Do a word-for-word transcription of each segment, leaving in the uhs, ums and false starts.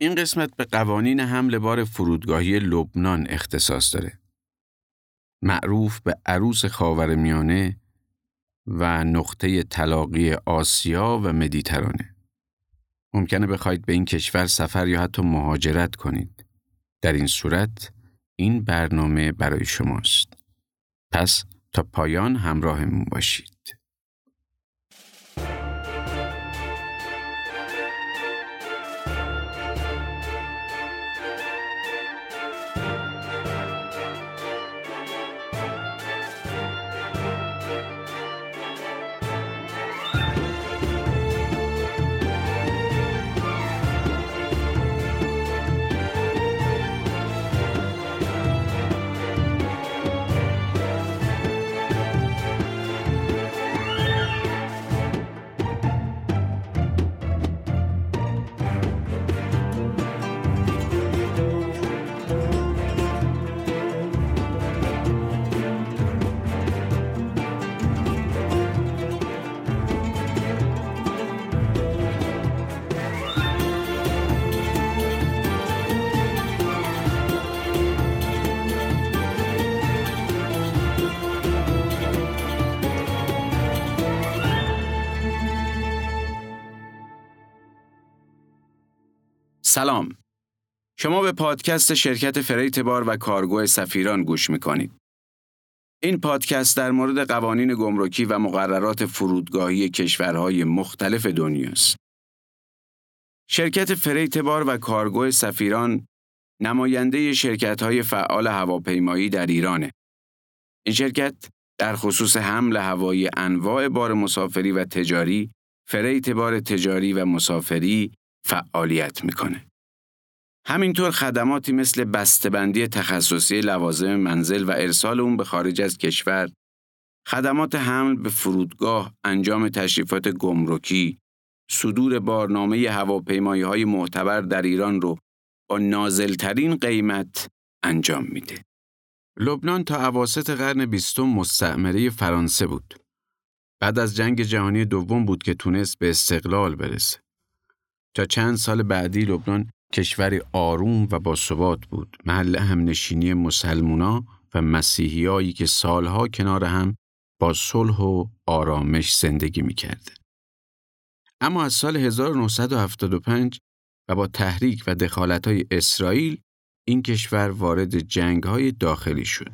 این قسمت به قوانین حمل بار فرودگاهی لبنان اختصاص داره. معروف به عروس خاورمیانه و نقطه تلاقی آسیا و مدیترانه. ممکنه بخواید به این کشور سفر یا حتی مهاجرت کنید. در این صورت این برنامه برای شماست. پس تا پایان همراهمون باشید. سلام. شما به پادکست شرکت فریت بار و کارگو سفیران گوش میکنید. این پادکست در مورد قوانین گمرکی و مقررات فرودگاهی کشورهای مختلف دنیاست. شرکت فریت بار و کارگو سفیران نماینده شرکت‌های فعال هواپیمایی در ایرانه. این شرکت در خصوص حمل هوایی انواع بار مسافری و تجاری، فریت بار تجاری و مسافری فعالیت میکنه. همینطور خدماتی مثل بسته‌بندی تخصصی لوازم منزل و ارسال اون به خارج از کشور، خدمات حمل به فرودگاه، انجام تشریفات گمرکی، صدور بارنامه هواپیمایی‌های معتبر در ایران رو با نازل‌ترین قیمت انجام میده. لبنان تا اواسط قرن بیستم مستعمره فرانسه بود. بعد از جنگ جهانی دوم بود که تونست به استقلال برسه. تا چند سال بعدی لبنان کشوری آروم و باثبات بود، محل همنشینی مسلمونا و مسیحیایی که سالها کنار هم با صلح و آرامش زندگی می‌کرد. اما از سال هزار و نهصد و هفتاد و پنج و با تحریک و دخالت‌های اسرائیل این کشور وارد جنگ‌های داخلی شد.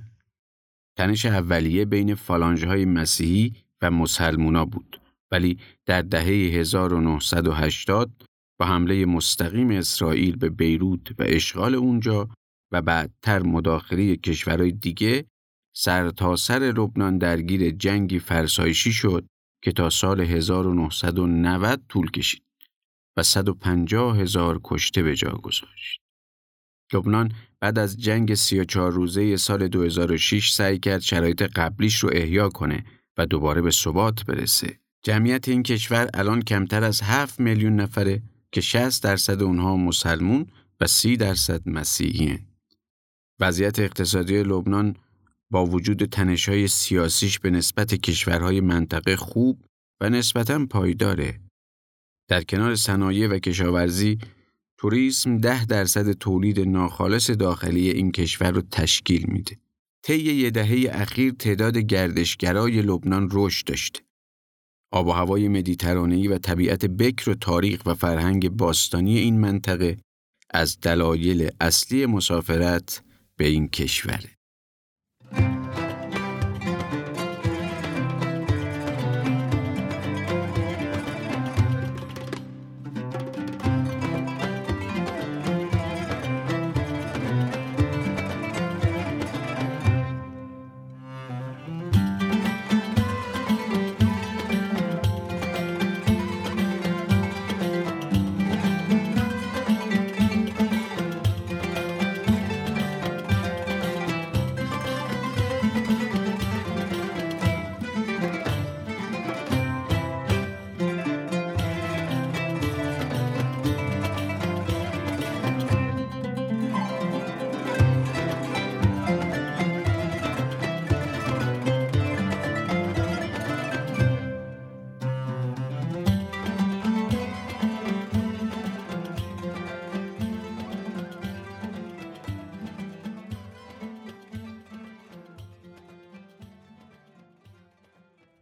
تنش اولیه بین فالانژهای مسیحی و مسلمونا بود، ولی در دهه هزار و نهصد و هشتاد با حمله مستقیم اسرائیل به بیروت و اشغال اونجا و بعدتر مداخله کشورهای دیگه سر تا سر لبنان درگیر جنگی فرسایشی شد که تا سال هزار و نهصد و نود طول کشید و صد و پنجاه هزار کشته به جا گذاشت. لبنان بعد از جنگ سی و چهار روزه سال دو هزار و شش سعی کرد شرایط قبلیش رو احیا کنه و دوباره به ثبات برسه. جمعیت این کشور الان کمتر از هفت میلیون نفره که شصت درصد اونها مسلمون و سی درصد مسیحی‌اند. وضعیت اقتصادی لبنان با وجود تنش‌های سیاسیش به نسبت کشورهای منطقه خوب و نسبتاً پایداره. در کنار صنایع و کشاورزی، توریسم ده درصد تولید ناخالص داخلی این کشور رو تشکیل میده. طی یه دهه اخیر تعداد گردشگرای لبنان رشد داشته. آب و هوای مدیترانه‌ای و طبیعت بکر و تاریخ و فرهنگ باستانی این منطقه از دلایل اصلی مسافرت به این کشوره.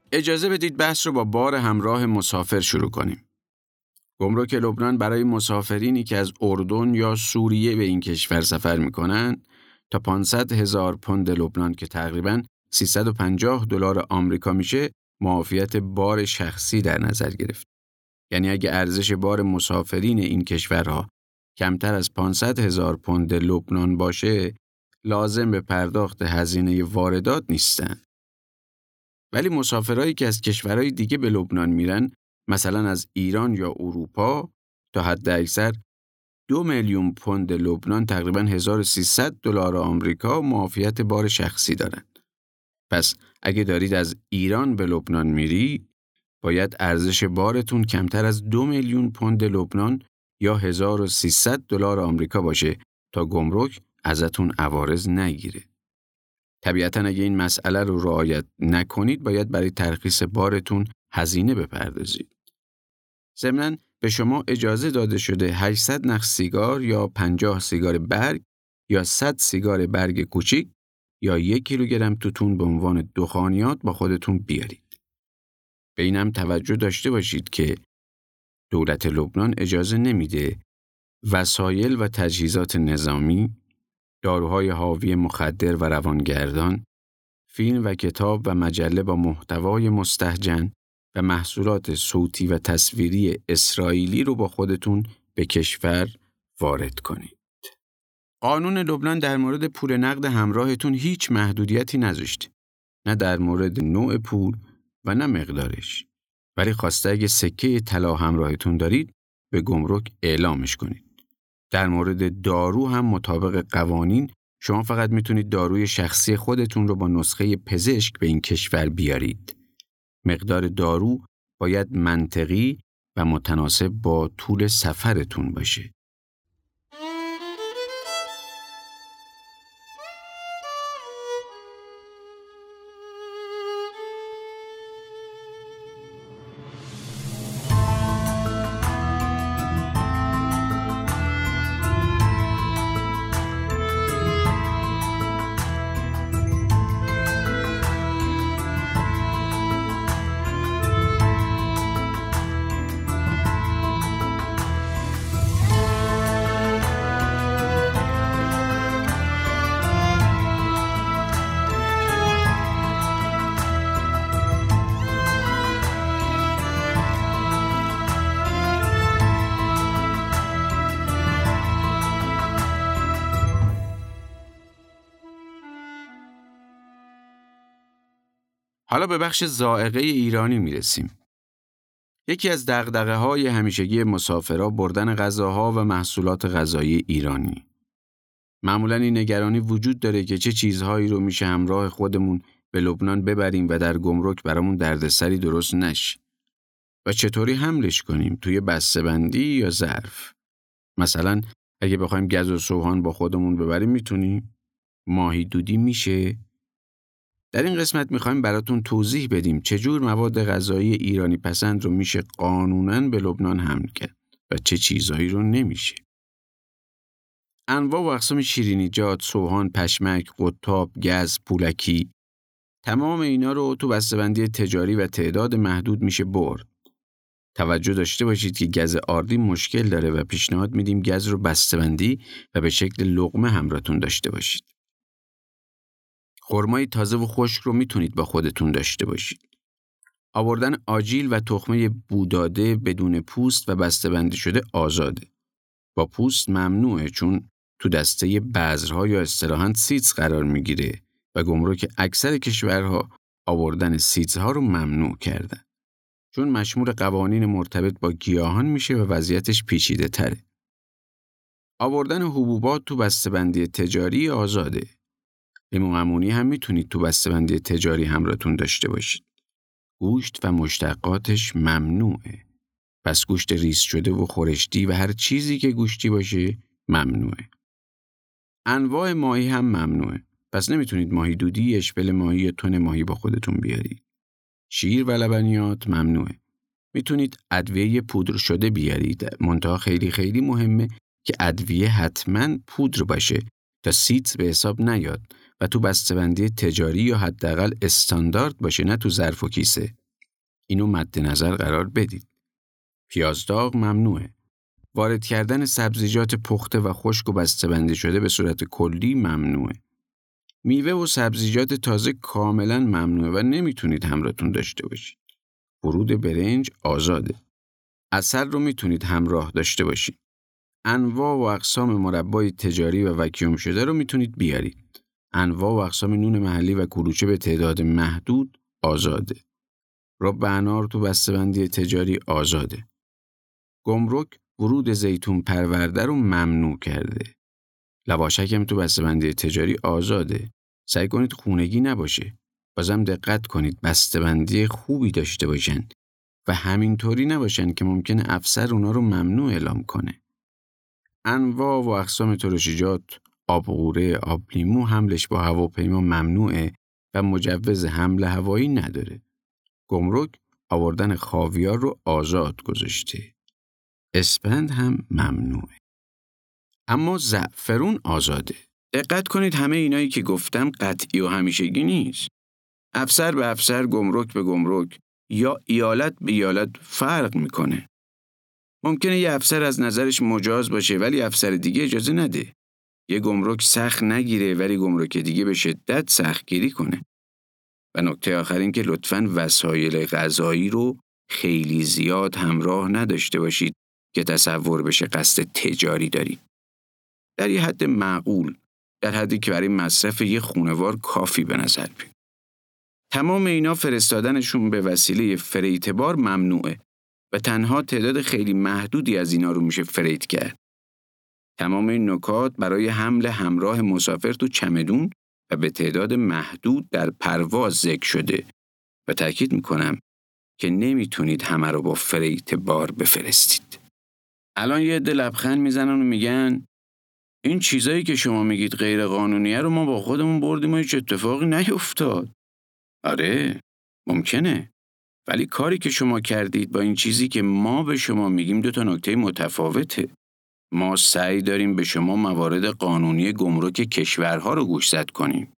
اجازه بدید بحث رو با بار همراه مسافر شروع کنیم. گمرک لبنان برای مسافرینی که از اردن یا سوریه به این کشور سفر می‌کنند تا پانصد هزار پوند لبنان که تقریباً سیصد و پنجاه دلار آمریکا میشه، معافیت بار شخصی در نظر گرفت. یعنی اگه ارزش بار مسافرین این کشورها کمتر از پانصد هزار پوند لبنان باشه، لازم به پرداخت هزینه واردات نیستن. ولی مسافرایی که از کشورهای دیگه به لبنان میرن، مثلا از ایران یا اروپا، تا حد اکثر دو میلیون پوند لبنان تقریباً هزار و سیصد دلار آمریکا معافیت بار شخصی دارن. پس اگه دارید از ایران به لبنان میری، باید ارزش بارتون کمتر از دو میلیون پوند لبنان یا هزار و سیصد دلار آمریکا باشه تا گمرک ازتون عوارض نگیره. طبیعتاً اگه این مسئله رو رعایت نکنید، باید برای ترخیص بارتون هزینه بپردازید. ضمناً به شما اجازه داده شده هشتصد نخ سیگار یا پنجاه سیگار برگ یا صد سیگار برگ کوچیک یا یک کیلوگرم توتون به عنوان دخانیات با خودتون بیارید. به اینم توجه داشته باشید که دولت لبنان اجازه نمیده وسایل و تجهیزات نظامی، داروهای حاوی مخدر و روانگردان، فیلم و کتاب و مجله با محتوای مستهجن و محصولات صوتی و تصویری اسرائیلی رو با خودتون به کشور وارد کنید. قانون لبنان در مورد پول نقد همراهتون هیچ محدودیتی نذاشته. نه در مورد نوع پول و نه مقدارش. ولی خواسته اگه سکه طلا همراهتون دارید، به گمرک اعلامش کنید. در مورد دارو هم مطابق قوانین شما فقط میتونید داروی شخصی خودتون رو با نسخه پزشک به این کشور بیارید. مقدار دارو باید منطقی و متناسب با طول سفرتون باشه. حالا به بخش ذائقه ایرانی میرسیم. یکی از دغدغه‌های همیشگی مسافرها بردن غذاها و محصولات غذایی ایرانی. معمولاً این نگرانی وجود داره که چه چیزهایی رو میشه همراه خودمون به لبنان ببریم و در گمرک برامون دردسری درست نشه. و چطوری حملش کنیم؟ توی بسته‌بندی یا ظرف؟ مثلا اگه بخوایم گز و سوهان با خودمون ببریم میتونیم؟ ماهی دودی میشه؟ در این قسمت میخوایم براتون توضیح بدیم چجور مواد غذایی ایرانی پسند رو میشه قانوناً به لبنان حمل کرد و چه چیزهایی رو نمیشه. انواع و اقسام شیرینیجات، سوهان، پشمک، قطاب، گز، پولکی، تمام اینا رو تو بسته‌بندی تجاری و تعداد محدود میشه برد. توجه داشته باشید که گز آردی مشکل داره و پیشنهاد میدیم گز رو بسته‌بندی و به شکل لقمه همراهتون داشته باشید. خرمای تازه و خشک رو میتونید با خودتون داشته باشید. آوردن آجیل و تخمه بوداده بدون پوست و بسته‌بندی شده آزاده. با پوست ممنوعه چون تو دسته بذرها یا اصطلاحاً سیتس قرار میگیره و گمرک اکثر کشورها آوردن سیتس‌ها رو ممنوع کردن. چون مشمول قوانین مرتبط با گیاهان میشه و وضعیتش پیچیده تره. آوردن حبوبات تو بسته‌بندی تجاری آزاده. لیمو عمونی هم میتونید تو بسته‌بندی تجاری همراهتون داشته باشید. گوشت و مشتقاتش ممنوعه. پس گوشت ریز شده و خورشتی و هر چیزی که گوشتی باشه ممنوعه. انواع ماهی هم ممنوعه. پس نمیتونید ماهی دودی، اشپل ماهی یا تن ماهی با خودتون بیارید. شیر و لبنیات ممنوعه. میتونید ادویه پودر شده بیارید. منتها خیلی خیلی مهمه که ادویه حتما پودر باشه تا سیتس به حساب نیاد و تو بسته‌بندی تجاری یا حداقل استاندارد باشه، نه تو ظرف و کیسه. اینو مد نظر قرار بدید. پیاز داغ ممنوعه. وارد کردن سبزیجات پخته و خشک و بسته‌بندی شده به صورت کلی ممنوعه. میوه و سبزیجات تازه کاملا ممنوعه و نمیتونید همراهتون داشته باشید. ورود برنج آزاده. عسل رو میتونید همراه داشته باشید. انواع و اقسام مربای تجاری و وکیوم شده رو میتونید بیارید. انواع و اقسام نون محلی و کلوچه به تعداد محدود آزاده. رب انار تو بسته‌بندی تجاری آزاده. گمرک ورود زیتون پرورده رو ممنوع کرده. لواشک هم تو بسته‌بندی تجاری آزاده. سعی کنید خونگی نباشه. بازم دقت کنید بسته‌بندی خوبی داشته باشن و همینطوری نباشن که ممکنه افسر اونا رو ممنوع اعلام کنه. انواع و اقسام ترشیجات، آب قوره، آب لیمو حملش با هواپیما ممنوعه و مجوز حمل هوایی نداره. گمرک آوردن خاویار رو آزاد گذاشته. اسپند هم ممنوعه. اما زعفرون آزاده. دقت کنید همه اینایی که گفتم قطعی و همیشگی نیست. افسر به افسر، گمرک به گمرک یا ایالت به ایالت فرق میکنه. ممکنه یه افسر از نظرش مجاز باشه ولی افسر دیگه اجازه نده. یه گمرک سخت نگیره ولی گمرک دیگه به شدت سختگیری کنه. و نکته آخر این که لطفاً وسایل غذایی رو خیلی زیاد همراه نداشته باشید که تصور بشه قصد تجاری دارید. در یه حد معقول، در حدی که برای مصرف یه خانوار کافی به نظر بیاد. تمام اینا فرستادنشون به وسیله فریت بار ممنوعه و تنها تعداد خیلی محدودی از اینا رو میشه فریت کرد. تمام این نکات برای حمل همراه مسافر تو چمدون و به تعداد محدود در پرواز ذکر شده و تأکید میکنم که نمیتونید همه رو با فریت بار بفرستید. الان یه عده لبخند میزنن و میگن این چیزایی که شما میگید غیر قانونیه رو ما با خودمون بردیم و هیچ اتفاقی نیفتاد. آره، ممکنه. ولی کاری که شما کردید با این چیزی که ما به شما میگیم دو تا نکته متفاوته. ما سعی داریم به شما موارد قانونی گمرک کشورها رو گوشزد کنیم.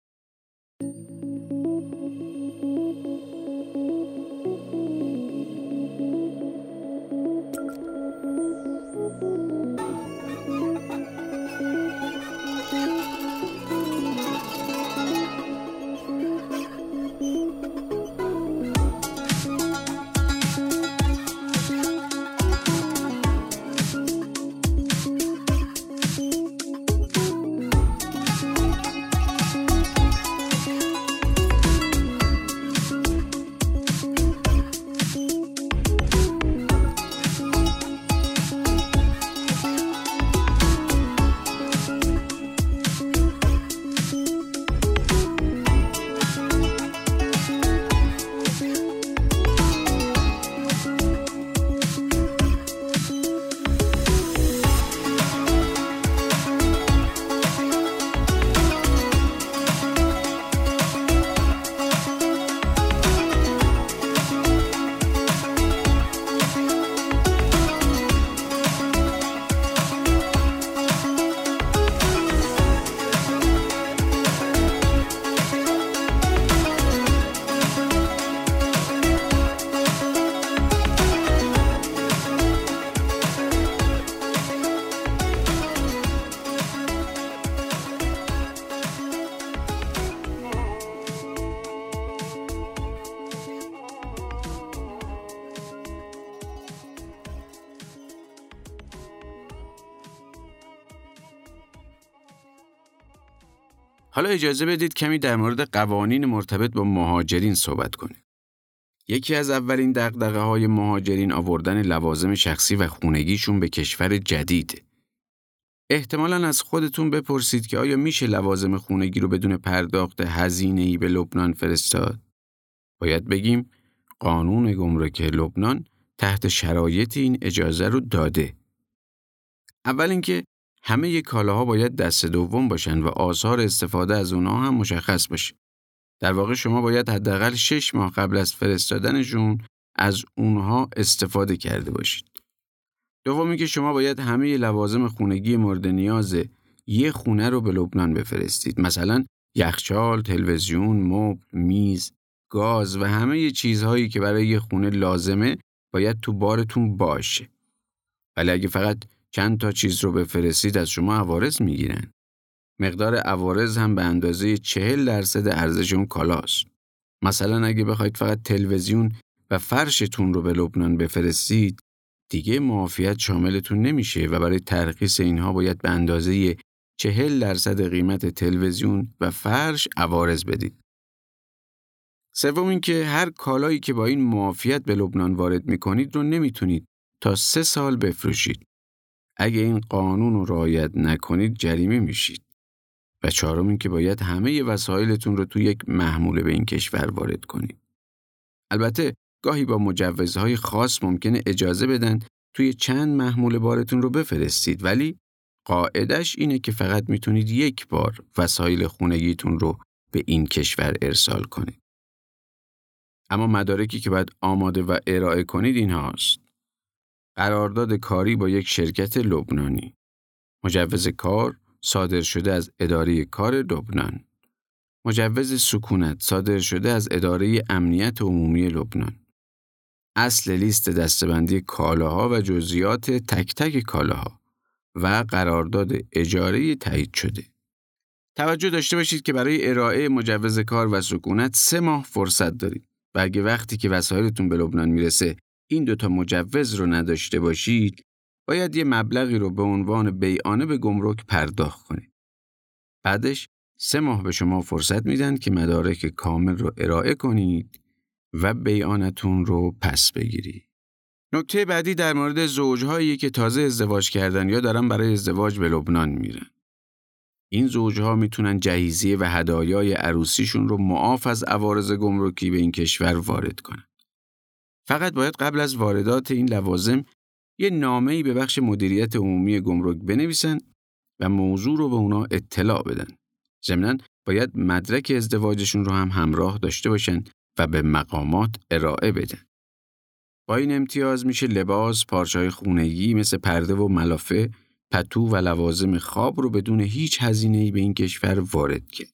حالا اجازه بدید کمی در مورد قوانین مرتبط با مهاجرین صحبت کنیم. یکی از اولین دغدغه‌های مهاجرین آوردن لوازم شخصی و خونگیشون به کشور جدید. احتمالاً از خودتون بپرسید که آیا میشه لوازم خونگی رو بدون پرداخت هزینه‌ای به لبنان فرستاد؟ باید بگیم قانون گمرک لبنان تحت شرایط این اجازه رو داده. اول اینکه همه ی کالاها باید دست دوم باشن و آثار استفاده از اونها هم مشخص باشه. در واقع شما باید حداقل شش ماه قبل از فرستادنشون از اونها استفاده کرده باشید. دومی که شما باید همه لوازم خونگی مورد نیاز یه خونه رو به لبنان بفرستید. مثلا یخچال، تلویزیون، مبل، میز، گاز و همه چیزهایی که برای یه خونه لازمه باید تو بارتون باشه. ولی اگه فقط چند تا چیز رو بفرستید از شما عوارض میگیرن. مقدار عوارض هم به اندازه چهل درصد ارزش اون کالاست. مثلا اگه بخواید فقط تلویزیون و فرشتون رو به لبنان بفرستید، دیگه معافیت شاملتون نمیشه و برای ترخیص اینها باید به اندازه چهل درصد قیمت تلویزیون و فرش عوارض بدید. سوم این که هر کالایی که با این معافیت به لبنان وارد میکنید رو نمیتونید تا سه سال بفروشید. اگه این قانون رو رعایت نکنید جریمه میشید. و چهارم این که باید همه وسایلتون رو توی یک محموله به این کشور وارد کنید. البته گاهی با مجوزهای خاص ممکنه اجازه بدن توی چند محموله بارتون رو بفرستید، ولی قاعدش اینه که فقط میتونید یک بار وسایل خونگیتون رو به این کشور ارسال کنید. اما مدارکی که باید آماده و ارائه کنید این هاست: قرارداد کاری با یک شرکت لبنانی، مجوز کار صادر شده از اداره کار لبنان، مجوز سکونت صادر شده از اداره امنیت عمومی لبنان، اصل لیست دسته‌بندی کالاها و جزئیات تک تک کالاها و قرارداد اجاره تایید شده. توجه داشته باشید که برای ارائه مجوز کار و سکونت سه ماه فرصت دارید و اگه وقتی که وسایلتون به لبنان میرسه این دوتا مجوز رو نداشته باشید، باید یه مبلغی رو به عنوان بیعانه به گمرک پرداخت کنید. بعدش سه ماه به شما فرصت میدن که مدارک کامل رو ارائه کنید و بیعانتون رو پس بگیرید. نکته بعدی در مورد زوجهایی که تازه ازدواج کردن یا دارن برای ازدواج به لبنان میرن. این زوجها میتونن جهیزیه و هدایای عروسیشون رو معاف از عوارض گمرکی به این کشور وارد کنن. فقط باید قبل از واردات این لوازم یه نامه‌ای به بخش مدیریت عمومی گمرک بنویسن و موضوع رو به اونا اطلاع بدن. ضمناً باید مدرک ازدواجشون رو هم همراه داشته باشن و به مقامات ارائه بدن. با این امتیاز میشه لباس، پارچه‌های خونگی مثل پرده و ملافه، پتو و لوازم خواب رو بدون هیچ هزینه‌ای به این کشور وارد کرد.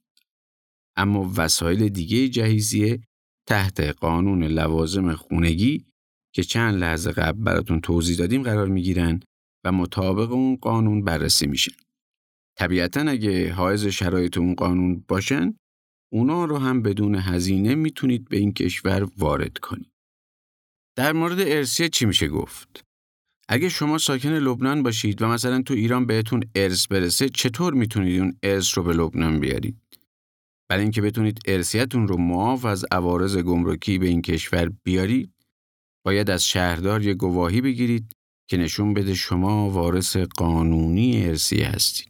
اما وسایل دیگه جهیزیه تحت قانون لوازم خونگی که چند لحظه قبل براتون توضیح دادیم قرار میگیرن و مطابق اون قانون بررسی میشن. طبیعتاً اگه حائز شرایط اون قانون باشن، اونا رو هم بدون هزینه میتونید به این کشور وارد کنید. در مورد ارثیه چی میشه گفت؟ اگه شما ساکن لبنان باشید و مثلا تو ایران بهتون ارث برسه، چطور میتونید اون ارث رو به لبنان بیارید؟ برای اینکه بتونید ارثیتون رو معاف از عوارض گمرکی به این کشور بیارید، باید از شهردار یه گواهی بگیرید که نشون بده شما وارث قانونی ارثیه هستید.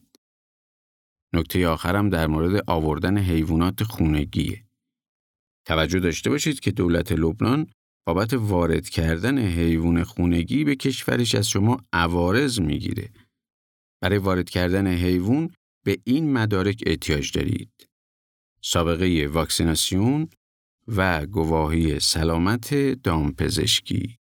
نکته آخرم در مورد آوردن حیوانات خونگیه. توجه داشته باشید که دولت لبنان بابت وارد کردن حیوان خونگی به کشورش از شما عوارض میگیره. برای وارد کردن حیوان به این مدارک احتیاج دارید: سابقه واکسیناسیون و گواهی سلامت دامپزشکی.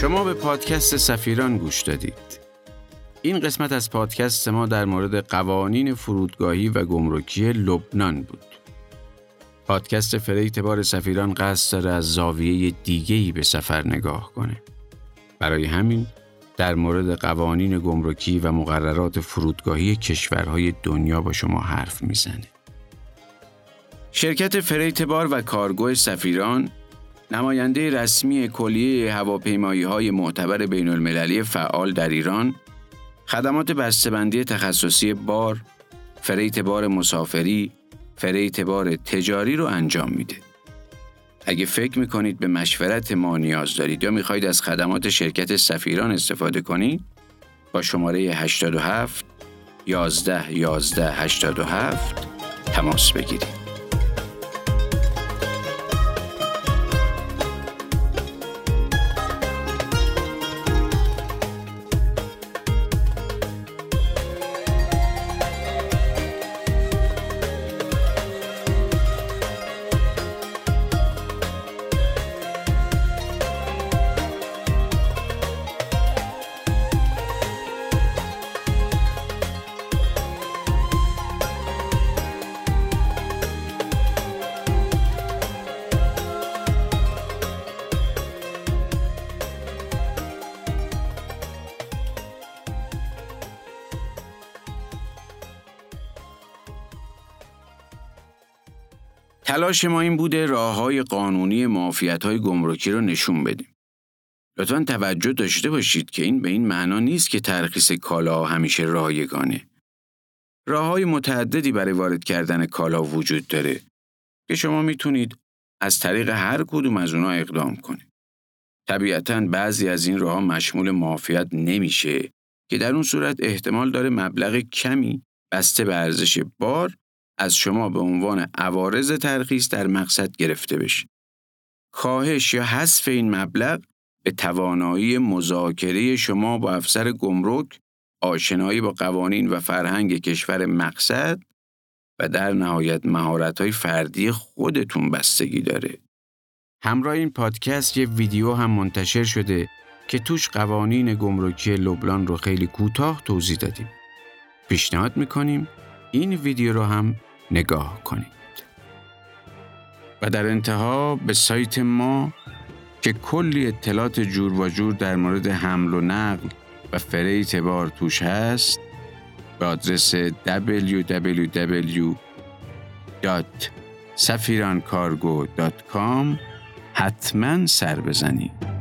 شما به پادکست سفیران گوش دادید. این قسمت از پادکست ما در مورد قوانین فرودگاهی و گمرکی لبنان بود. پادکست فریت بار سفیران قصد داره از زاویه دیگه‌ای به سفر نگاه کنه. برای همین در مورد قوانین گمرکی و مقررات فرودگاهی کشورهای دنیا با شما حرف میزنه. شرکت فریت بار و کارگو سفیران نماینده رسمی کلیه هواپیمایی‌های معتبر بین‌المللی فعال در ایران، خدمات بسته‌بندی تخصصی بار، فریت بار مسافری، فریت بار تجاری رو انجام میده. اگه فکر میکنید به مشورت ما نیاز دارید یا میخواید از خدمات شرکت سفیران استفاده کنید، با شماره هشتاد و هفت یازده یازده هشتاد و هفت تماس بگیرید. تلاش ما این بوده راه‌های قانونی معافیت‌های گمرکی رو نشون بدیم. لطفاً توجه داشته باشید که این به این معنا نیست که ترخیص کالا همیشه رایگانه. راه‌های متعددی برای وارد کردن کالا وجود داره که شما میتونید از طریق هر کدوم از اونها اقدام کنید. طبیعتاً بعضی از این راه‌ها مشمول معافیت نمیشه که در اون صورت احتمال داره مبلغ کمی بسته به ارزش بار از شما به عنوان عوارض ترخیص در مقصد گرفته بشه. کاهش یا حذف این مبلغ به توانایی مذاکره شما با افسر گمرک، آشنایی با قوانین و فرهنگ کشور مقصد و در نهایت مهارت‌های فردی خودتون بستگی داره. همراه این پادکست یه ویدیو هم منتشر شده که توش قوانین گمرکی لبنان رو خیلی کوتاه توضیح دادیم. پیشنهاد می‌کنیم این ویدیو رو هم نگاه کنید. و در انتها به سایت ما که کلی اطلاعات جور و جور در مورد حمل و نقل و فریت بار توش هست، به آدرس دبلیو دبلیو دبلیو دات سفیران کارگو دات کام حتما سر بزنید.